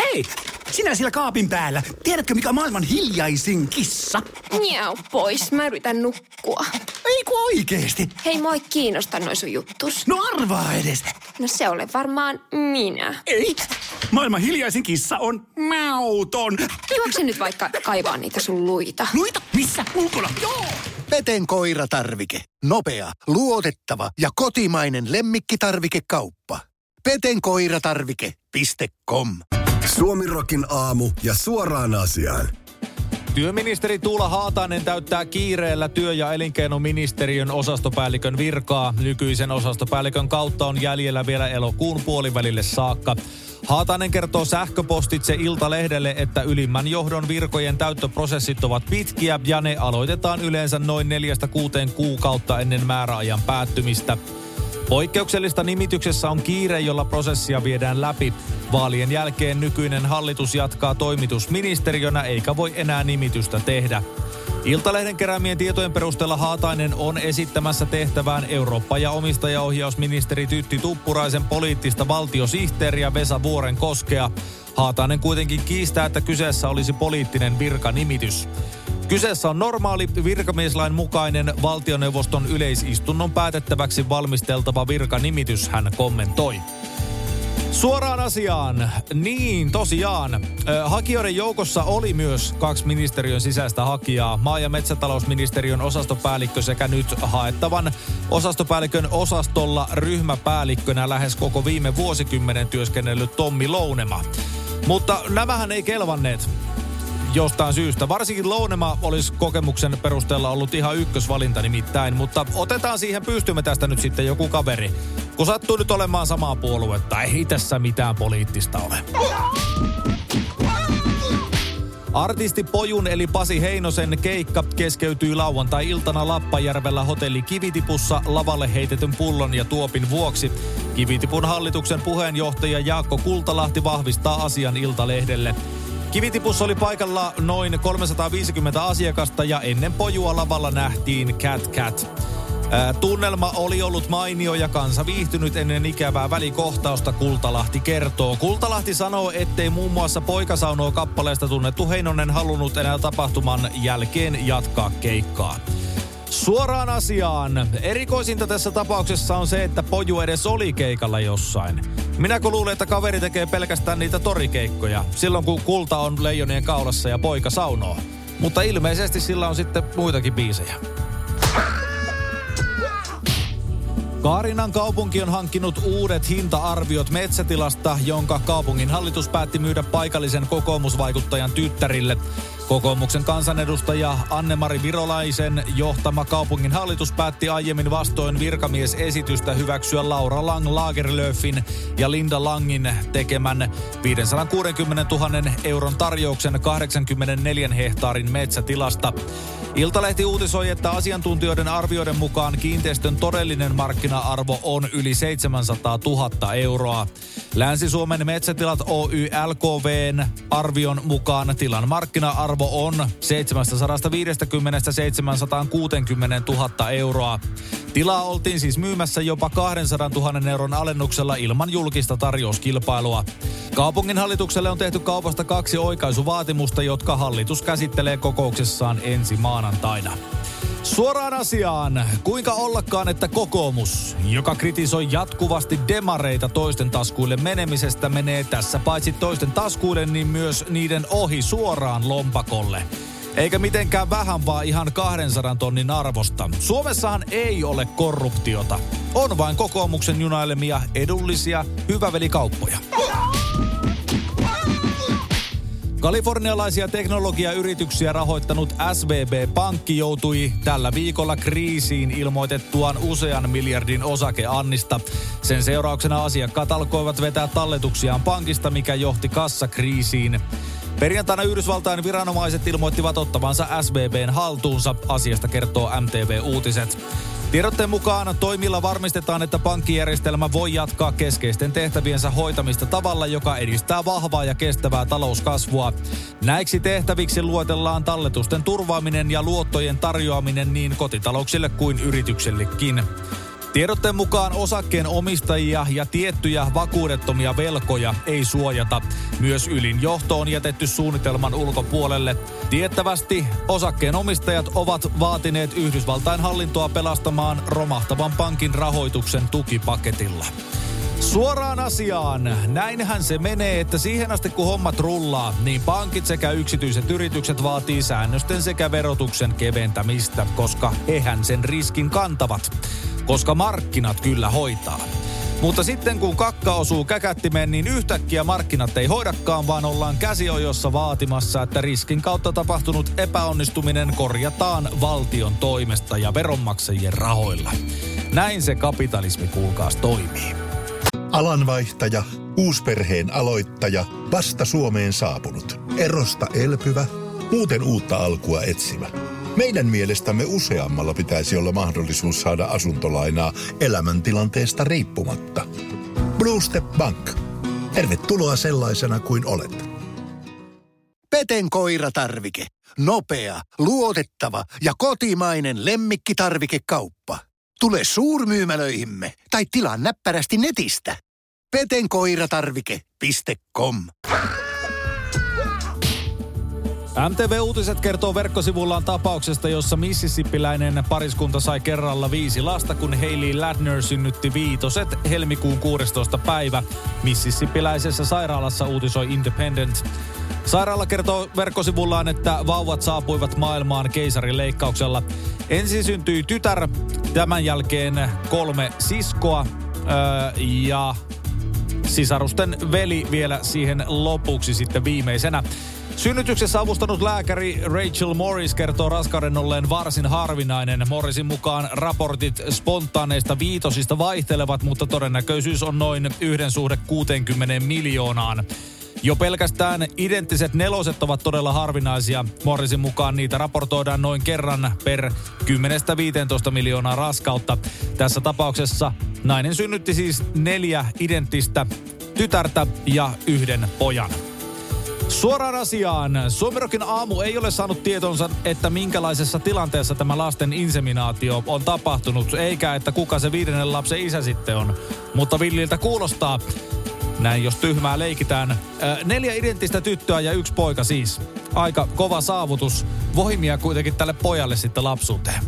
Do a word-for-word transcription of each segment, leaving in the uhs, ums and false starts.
Hei, sinä siellä kaapin päällä. Tiedätkö, mikä on maailman hiljaisin kissa? Miau pois, mä yritän nukkua. Ei kun oikeesti. Hei, moi kiinnosta noi sun juttus. No arvaa edes. No se ole varmaan minä. Ei. Maailman hiljaisin kissa on mauton. Juokse nyt vaikka kaivaa niitä sun luita. Luita? Missä? Ulkona? Joo. Peten koiratarvike. Nopea, luotettava ja kotimainen lemmikkitarvikekauppa. peten koiratarvike piste com. Suomirokin aamu ja suoraan asiaan. Työministeri Tuula Haatainen täyttää kiireellä työ- ja elinkeinoministeriön osastopäällikön virkaa. Nykyisen osastopäällikön kautta on jäljellä vielä elokuun puolivälille saakka. Haatainen kertoo sähköpostitse Iltalehdelle, että ylimmän johdon virkojen täyttöprosessit ovat pitkiä ja ne aloitetaan yleensä noin neljästä kuuteen kuukautta ennen määräajan päättymistä. Poikkeuksellista nimityksessä on kiire, jolla prosessia viedään läpi. Vaalien jälkeen nykyinen hallitus jatkaa toimitusministeriönä eikä voi enää nimitystä tehdä. Iltalehden keräämien tietojen perusteella Haatainen on esittämässä tehtävään Eurooppa- ja omistajaohjausministeri Tytti Tuppuraisen poliittista valtiosihteeriä Vesa Vuorenkoskea. Haatainen kuitenkin kiistää, että kyseessä olisi poliittinen virkanimitys. Kyseessä on normaali virkamieslain mukainen valtioneuvoston yleisistunnon päätettäväksi valmisteltava virkanimitys, hän kommentoi. Suoraan asiaan. Niin, tosiaan. Hakijoiden joukossa oli myös kaksi ministeriön sisäistä hakijaa. Maa- ja metsätalousministeriön osastopäällikkö sekä nyt haettavan osastopäällikön osastolla ryhmäpäällikkönä lähes koko viime vuosikymmenen työskennellyt Tommi Lounema. Mutta nämähän ei kelvanneet jostain syystä. Varsinkin Lounema olisi kokemuksen perusteella ollut ihan ykkösvalinta nimittäin, mutta otetaan siihen pystymme tästä nyt sitten joku kaveri. Kun sattuu nyt olemaan samaa puoluetta, ei tässä mitään poliittista ole. Artisti Pojun eli Pasi Heinosen keikka keskeytyi lauantai-iltana Lappajärvellä hotelli Kivitipussa lavalle heitetyn pullon ja tuopin vuoksi. Kivitipun hallituksen puheenjohtaja Jaakko Kultalahti vahvistaa asian Iltalehdelle. Kivitipussa oli paikalla noin kolmesataaviisikymmentä asiakasta ja ennen Pojua lavalla nähtiin Cat Cat. Ää, tunnelma oli ollut mainio ja kansa viihtynyt ennen ikävää välikohtausta, Kultalahti kertoo. Kultalahti sanoo, ettei muun muassa Poikasaunoo kappaleesta tunnettu Heinonen halunnut enää tapahtuman jälkeen jatkaa keikkaa. Suoraan asiaan. Erikoisinta tässä tapauksessa on se, että Poju edes oli keikalla jossain. Minäkö luulen, että kaveri tekee pelkästään niitä torikeikkoja, silloin kun Kulta on leijonien kaulassa ja Poika saunoo. Mutta ilmeisesti sillä on sitten muitakin biisejä. Kaarinan kaupunki on hankkinut uudet hinta-arviot metsätilasta, jonka kaupungin hallitus päätti myydä paikallisen kokoomusvaikuttajan tyttärille. Kokoomuksen kansanedustaja Anne-Mari Virolaisen johtama kaupungin hallitus päätti aiemmin vastoin virkamiesesitystä hyväksyä Laura Lang-Lagerlöfin ja Linda Langin tekemän viisisataakuusikymmentätuhatta euron tarjouksen kahdeksankymmentäneljä hehtaarin metsätilasta. Iltalehti uutisoi, että asiantuntijoiden arvioiden mukaan kiinteistön todellinen markkina-arvo on yli seitsemänsataatuhatta euroa. Länsi-Suomen metsätilat Oy L K V:n arvion mukaan tilan markkina-arvo on seitsemänsataaviisikymmentä seitsemänsataakuusikymmentätuhatta euroa. Tilaa oltiin siis myymässä jopa kaksisataatuhatta euron alennuksella ilman julkista tarjouskilpailua. Kaupungin hallitukselle on tehty kaupasta kaksi oikaisuvaatimusta, jotka hallitus käsittelee kokouksessaan ensi maanantaina. Suoraan asiaan. Kuinka ollakaan, että kokoomus, joka kritisoi jatkuvasti demareita toisten taskuille menemisestä, menee tässä paitsi toisten taskuiden, niin myös niiden ohi suoraan lompakolle. Eikä mitenkään vähän, vaan ihan kahdensadan tonnin arvosta. Suomessahan ei ole korruptiota. On vain kokoomuksen junailemia edullisia hyvävelikauppoja. Kalifornialaisia teknologiayrityksiä rahoittanut S V B-pankki joutui tällä viikolla kriisiin ilmoitettuaan usean miljardin osakeannista. Sen seurauksena asiakkaat alkoivat vetää talletuksiaan pankista, mikä johti kassakriisiin. Perjantaina Yhdysvaltain viranomaiset ilmoittivat ottavansa S V B:n haltuunsa. Asiasta kertoo M T V Uutiset. Tiedotteen mukaan toimilla varmistetaan, että pankkijärjestelmä voi jatkaa keskeisten tehtäviensä hoitamista tavalla, joka edistää vahvaa ja kestävää talouskasvua. Näiksi tehtäviksi luetellaan talletusten turvaaminen ja luottojen tarjoaminen niin kotitalouksille kuin yrityksillekin. Tiedotteen mukaan osakkeen omistajia ja tiettyjä vakuudettomia velkoja ei suojata. Myös ylin johto on jätetty suunnitelman ulkopuolelle. Tiettävästi osakkeen omistajat ovat vaatineet Yhdysvaltain hallintoa pelastamaan romahtavan pankin rahoituksen tukipaketilla. Suoraan asiaan. Näinhän se menee, että siihen asti kun hommat rullaa, niin pankit sekä yksityiset yritykset vaatii säännösten sekä verotuksen keventämistä, koska hehän sen riskin kantavat. Koska markkinat kyllä hoitaa. Mutta sitten kun kakka osuu käkättimeen, niin yhtäkkiä markkinat ei hoidakaan, vaan ollaan käsiojossa vaatimassa, että riskin kautta tapahtunut epäonnistuminen korjataan valtion toimesta ja veronmaksajien rahoilla. Näin se kapitalismi kuulkaas toimii. Alanvaihtaja, uusperheen aloittaja, vasta Suomeen saapunut, erosta elpyvä, muuten uutta alkua etsimä. Meidän mielestämme useammalla pitäisi olla mahdollisuus saada asuntolainaa elämäntilanteesta riippumatta. Blue Step Bank. Tervetuloa sellaisena kuin olet. Peten koiratarvike. Nopea, luotettava ja kotimainen lemmikkitarvikekauppa. Tule suurmyymälöihimme tai tilaa näppärästi netistä. peten koiratarvike piste com. M T V-uutiset kertoo verkkosivullaan tapauksesta, jossa mississippiläinen pariskunta sai kerralla viisi lasta, kun Hailey Ladner synnytti viitoset helmikuun kuudestoista päivä. Mississippiläisessä sairaalassa uutisoi Independent. Sairaala kertoo verkkosivullaan, että vauvat saapuivat maailmaan keisarileikkauksella. Ensin syntyi tytär, tämän jälkeen kolme siskoa öö, ja sisarusten veli vielä siihen lopuksi sitten viimeisenä. Synnytyksessä avustanut lääkäri Rachel Morris kertoo raskauden olleen varsin harvinainen. Morrisin mukaan raportit spontaaneista viitosista vaihtelevat, mutta todennäköisyys on noin yhden suhde kuuteenkymmeneen miljoonaan. Jo pelkästään identtiset neloset ovat todella harvinaisia. Morrisin mukaan niitä raportoidaan noin kerran per kymmenestä viiteentoista miljoonaa raskautta. Tässä tapauksessa nainen synnytti siis neljä identtistä tytärtä ja yhden pojan. Suoraan asiaan. Suomirokin aamu ei ole saanut tietonsa, että minkälaisessa tilanteessa tämä lasten inseminaatio on tapahtunut, eikä että kuka se viidennen lapsen isä sitten on. Mutta villiltä kuulostaa, näin jos tyhmää leikitään, ää, neljä identtistä tyttöä ja yksi poika siis. Aika kova saavutus. Voimia kuitenkin tälle pojalle sitten lapsuuteen.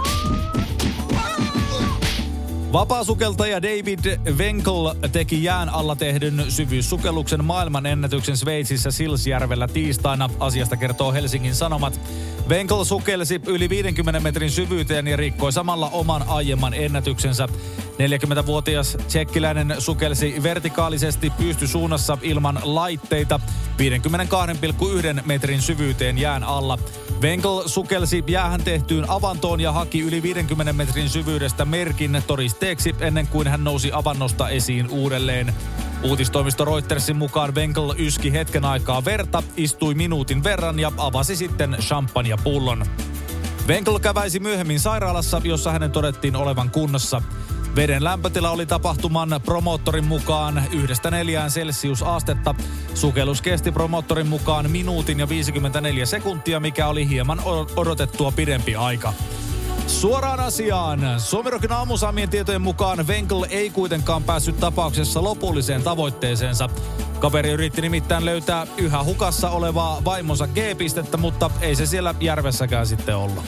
Vapaasukeltaja David Wenkel teki jään alla tehdyn syvyyssukelluksen maailman ennätyksen Sveitsissä Silsjärvellä tiistaina. Asiasta kertoo Helsingin Sanomat. Wenkel sukelsi yli viidenkymmenen metrin syvyyteen ja rikkoi samalla oman aiemman ennätyksensä. neljäkymmentävuotias tsekkiläinen sukelsi vertikaalisesti pystysuunnassa ilman laitteita viidenkymmenenkahden pilkku yhden metrin syvyyteen jään alla. Wenkel sukelsi jäähän tehtyyn avantoon ja haki yli viidenkymmenen metrin syvyydestä merkin todisteeksi ennen kuin hän nousi avannosta esiin uudelleen. Uutistoimisto Reutersin mukaan Wenkel yski hetken aikaa verta, istui minuutin verran ja avasi sitten champagnepullon. Wenkel käväisi myöhemmin sairaalassa, jossa hänen todettiin olevan kunnossa. Veden lämpötila oli tapahtuman promoottorin mukaan yhdestä neljään celsiusastetta. Sukellus kesti promoottorin mukaan minuutin ja viisikymmentäneljä sekuntia, mikä oli hieman odotettua pidempi aika. Suoraan asiaan. Suomirokin aamusaamien tietojen mukaan Wenkel ei kuitenkaan päässyt tapauksessa lopulliseen tavoitteeseensa. Kaveri yritti nimittäin löytää yhä hukassa olevaa vaimonsa G-pistettä, mutta ei se siellä järvessäkään sitten ollut.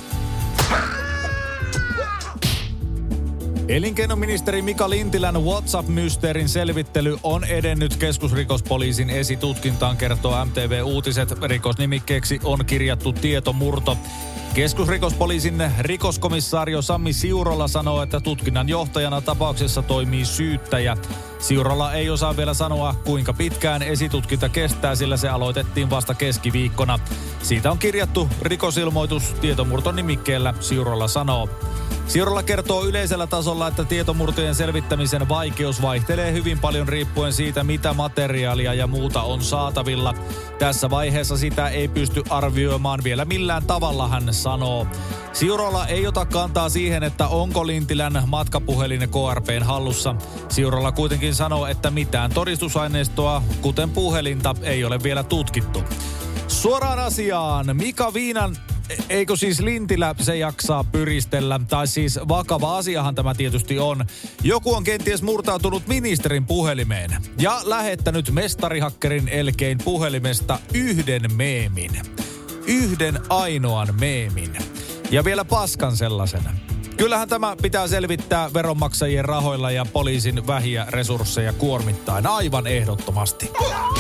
Elinkeinoministeri Mika Lintilän WhatsApp-mysteerin selvittely on edennyt keskusrikospoliisin esitutkintaan, kertoo M T V-uutiset. Rikosnimikkeeksi on kirjattu tietomurto. Keskusrikospoliisin rikoskomissaario Sammi Siurola sanoo, että tutkinnan johtajana tapauksessa toimii syyttäjä. Siurola ei osaa vielä sanoa, kuinka pitkään esitutkinta kestää, sillä se aloitettiin vasta keskiviikkona. Siitä on kirjattu rikosilmoitus tietomurton nimikkeellä, Siurola sanoo. Siurola kertoo yleisellä tasolla, että tietomurtojen selvittämisen vaikeus vaihtelee hyvin paljon riippuen siitä, mitä materiaalia ja muuta on saatavilla. Tässä vaiheessa sitä ei pysty arvioimaan vielä millään tavalla, hän sanoo. Siurola ei ota kantaa siihen, että onko Lintilän matkapuhelin K R P:n hallussa. Siurola kuitenkin sanoo, että mitään todistusaineistoa, kuten puhelinta, ei ole vielä tutkittu. Suoraan asiaan. Mika Viinan eikö siis Lintilä se jaksaa pyristellä? Tai siis vakava asiahan tämä tietysti on. Joku on kenties murtautunut ministerin puhelimeen ja lähettänyt mestarihakkerin elkein puhelimesta yhden meemin. Yhden ainoan meemin. Ja vielä paskan sellaisen. Kyllähän tämä pitää selvittää veronmaksajien rahoilla ja poliisin vähiä resursseja kuormittain aivan ehdottomasti.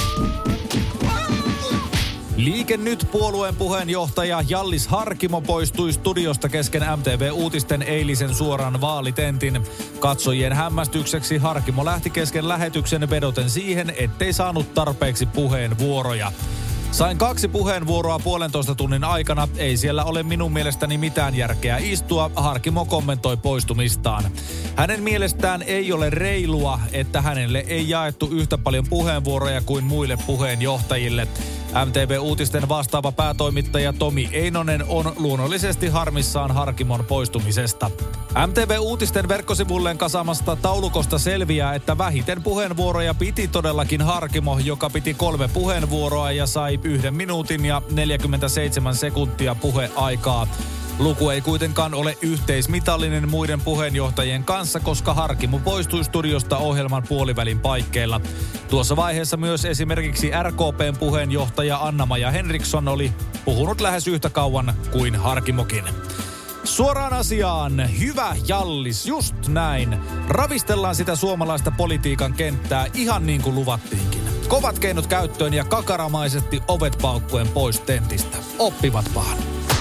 Liike Nyt-puolueen puheenjohtaja Hjallis Harkimo poistui studiosta kesken M T V-uutisten eilisen suoran vaalitentin. Katsojien hämmästykseksi Harkimo lähti kesken lähetyksen vedoten siihen, ettei saanut tarpeeksi puheenvuoroja. Sain kaksi puheenvuoroa puolentoista tunnin aikana. Ei siellä ole minun mielestäni mitään järkeä istua, Harkimo kommentoi poistumistaan. Hänen mielestään ei ole reilua, että hänelle ei jaettu yhtä paljon puheenvuoroja kuin muille puheenjohtajille. M T V-uutisten vastaava päätoimittaja Tomi Einonen on luonnollisesti harmissaan Harkimon poistumisesta. M T V-uutisten verkkosivulleen kasaamasta taulukosta selviää, että vähiten puheenvuoroja piti todellakin Harkimo, joka piti kolme puheenvuoroa ja sai yhden minuutin ja neljäkymmentäseitsemän sekuntia puheaikaa. Luku ei kuitenkaan ole yhteismitallinen muiden puheenjohtajien kanssa, koska Harkimo poistui studiosta ohjelman puolivälin paikkeilla. Tuossa vaiheessa myös esimerkiksi R K P:n puheenjohtaja Anna-Maja Henriksson oli puhunut lähes yhtä kauan kuin Harkimokin. Suoraan asiaan, hyvä Hjallis, just näin. Ravistellaan sitä suomalaista politiikan kenttää ihan niin kuin luvattiinkin. Kovat keinot käyttöön ja kakaramaisesti ovet paukkuen pois tentistä. Oppivatpahan.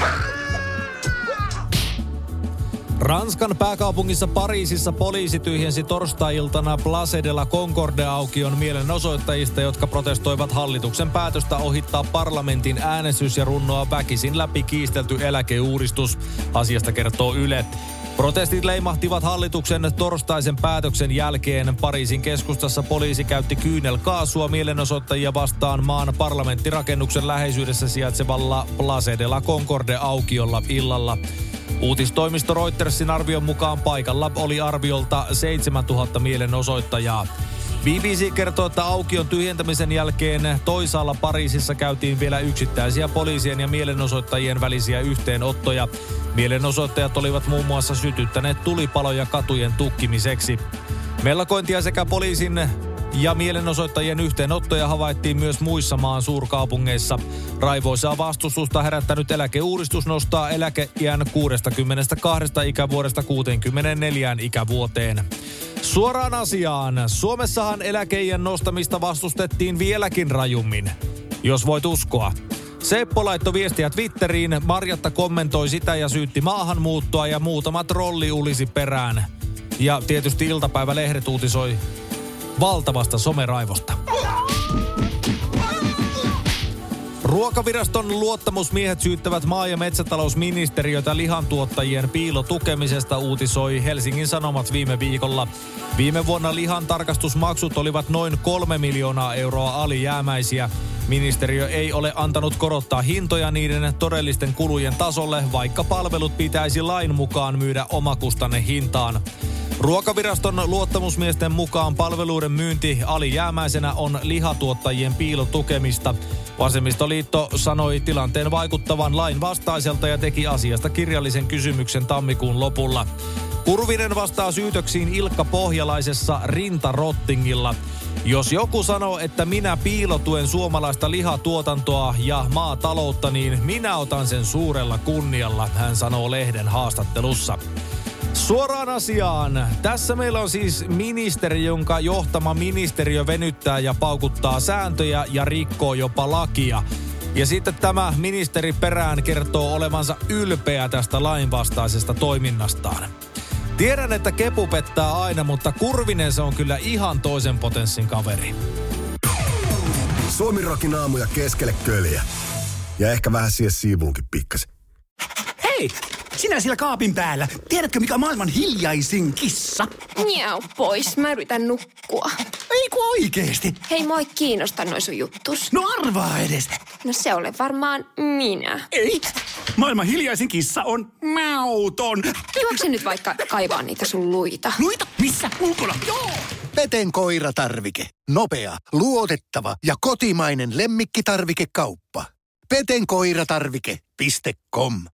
Ranskan pääkaupungissa Pariisissa poliisi tyhjensi torstai-iltana Place de la Concorde-aukion mielenosoittajista, jotka protestoivat hallituksen päätöstä ohittaa parlamentin äänestys ja runnoa väkisin läpi kiistelty eläkeuudistus. Asiasta kertoo Yle. Protestit leimahtivat hallituksen torstaisen päätöksen jälkeen. Pariisin keskustassa poliisi käytti kyynelkaasua mielenosoittajia vastaan maan parlamenttirakennuksen läheisyydessä sijaitsevalla Place de la Concorde-aukiolla illalla. Uutistoimisto Reutersin arvion mukaan paikalla oli arviolta seitsemäntuhatta mielenosoittajaa. B B C kertoo, että aukion tyhjentämisen jälkeen toisaalla Pariisissa käytiin vielä yksittäisiä poliisien ja mielenosoittajien välisiä yhteenottoja. Mielenosoittajat olivat muun muassa sytyttäneet tulipaloja katujen tukkimiseksi. Mellakointia sekä poliisin ja mielenosoittajien yhteenottoja havaittiin myös muissa maan suurkaupungeissa. Raivoisaa vastustusta herättänyt eläkeuudistus nostaa eläkeiän kuudestakymmenestäkahdesta ikävuodesta kuuteenkymmeneenneljään ikävuoteen. Suoraan asiaan. Suomessahan eläkeiän nostamista vastustettiin vieläkin rajummin, jos voit uskoa. Seppo laittoi viestiä Twitteriin, Marjatta kommentoi sitä ja syytti maahanmuuttoa ja muutama trolli ulisi perään. Ja tietysti iltapäivälehdet uutisoi valtavasta someraivosta. Ruokaviraston luottamusmiehet syyttävät maa- ja metsätalousministeriötä lihantuottajien piilotukemisesta, uutisoi Helsingin Sanomat viime viikolla. Viime vuonna lihan tarkastusmaksut olivat noin kolme miljoonaa euroa alijäämäisiä. Ministeriö ei ole antanut korottaa hintoja niiden todellisten kulujen tasolle, vaikka palvelut pitäisi lain mukaan myydä omakustannehintaan. Ruokaviraston luottamusmiesten mukaan palveluiden myynti alijäämäisenä on lihatuottajien piilotukemista. Vasemmistoliitto sanoi tilanteen vaikuttavan lain vastaiselta ja teki asiasta kirjallisen kysymyksen tammikuun lopulla. Kurvinen vastaa syytöksiin Ilkka Pohjalaisessa Rintarottingilla. Jos joku sanoo, että minä piilotuen suomalaista lihatuotantoa ja maataloutta, niin minä otan sen suurella kunnialla, hän sanoo lehden haastattelussa. Suoraan asiaan. Tässä meillä on siis ministeri, jonka johtama ministeriö venyttää ja paukuttaa sääntöjä ja rikkoo jopa lakia. Ja sitten tämä ministeri perään kertoo olevansa ylpeä tästä lainvastaisesta toiminnastaan. Tiedän, että kepu pettää aina, mutta Kurvinen se on kyllä ihan toisen potenssin kaveri. Suomirokin aamuja keskelle köljä. Ja ehkä vähän siihen siivuunkin pikkasen. Hei! Sinä siellä kaapin päällä. Tiedätkö, mikä on maailman hiljaisin kissa? Miau pois, mä yritän nukkua. Ei kun oikeesti. Hei, moi kiinnosta noi sun juttus. No arvaa edes. No se ole varmaan minä. Ei. Maailman hiljaisin kissa on mauton. Juokse nyt vaikka kaivaa niitä sun luita. Luita? Missä? Ulkona? Joo! Peten koiratarvike. Nopea, luotettava ja kotimainen lemmikkitarvikekauppa. peten koiratarvike piste com.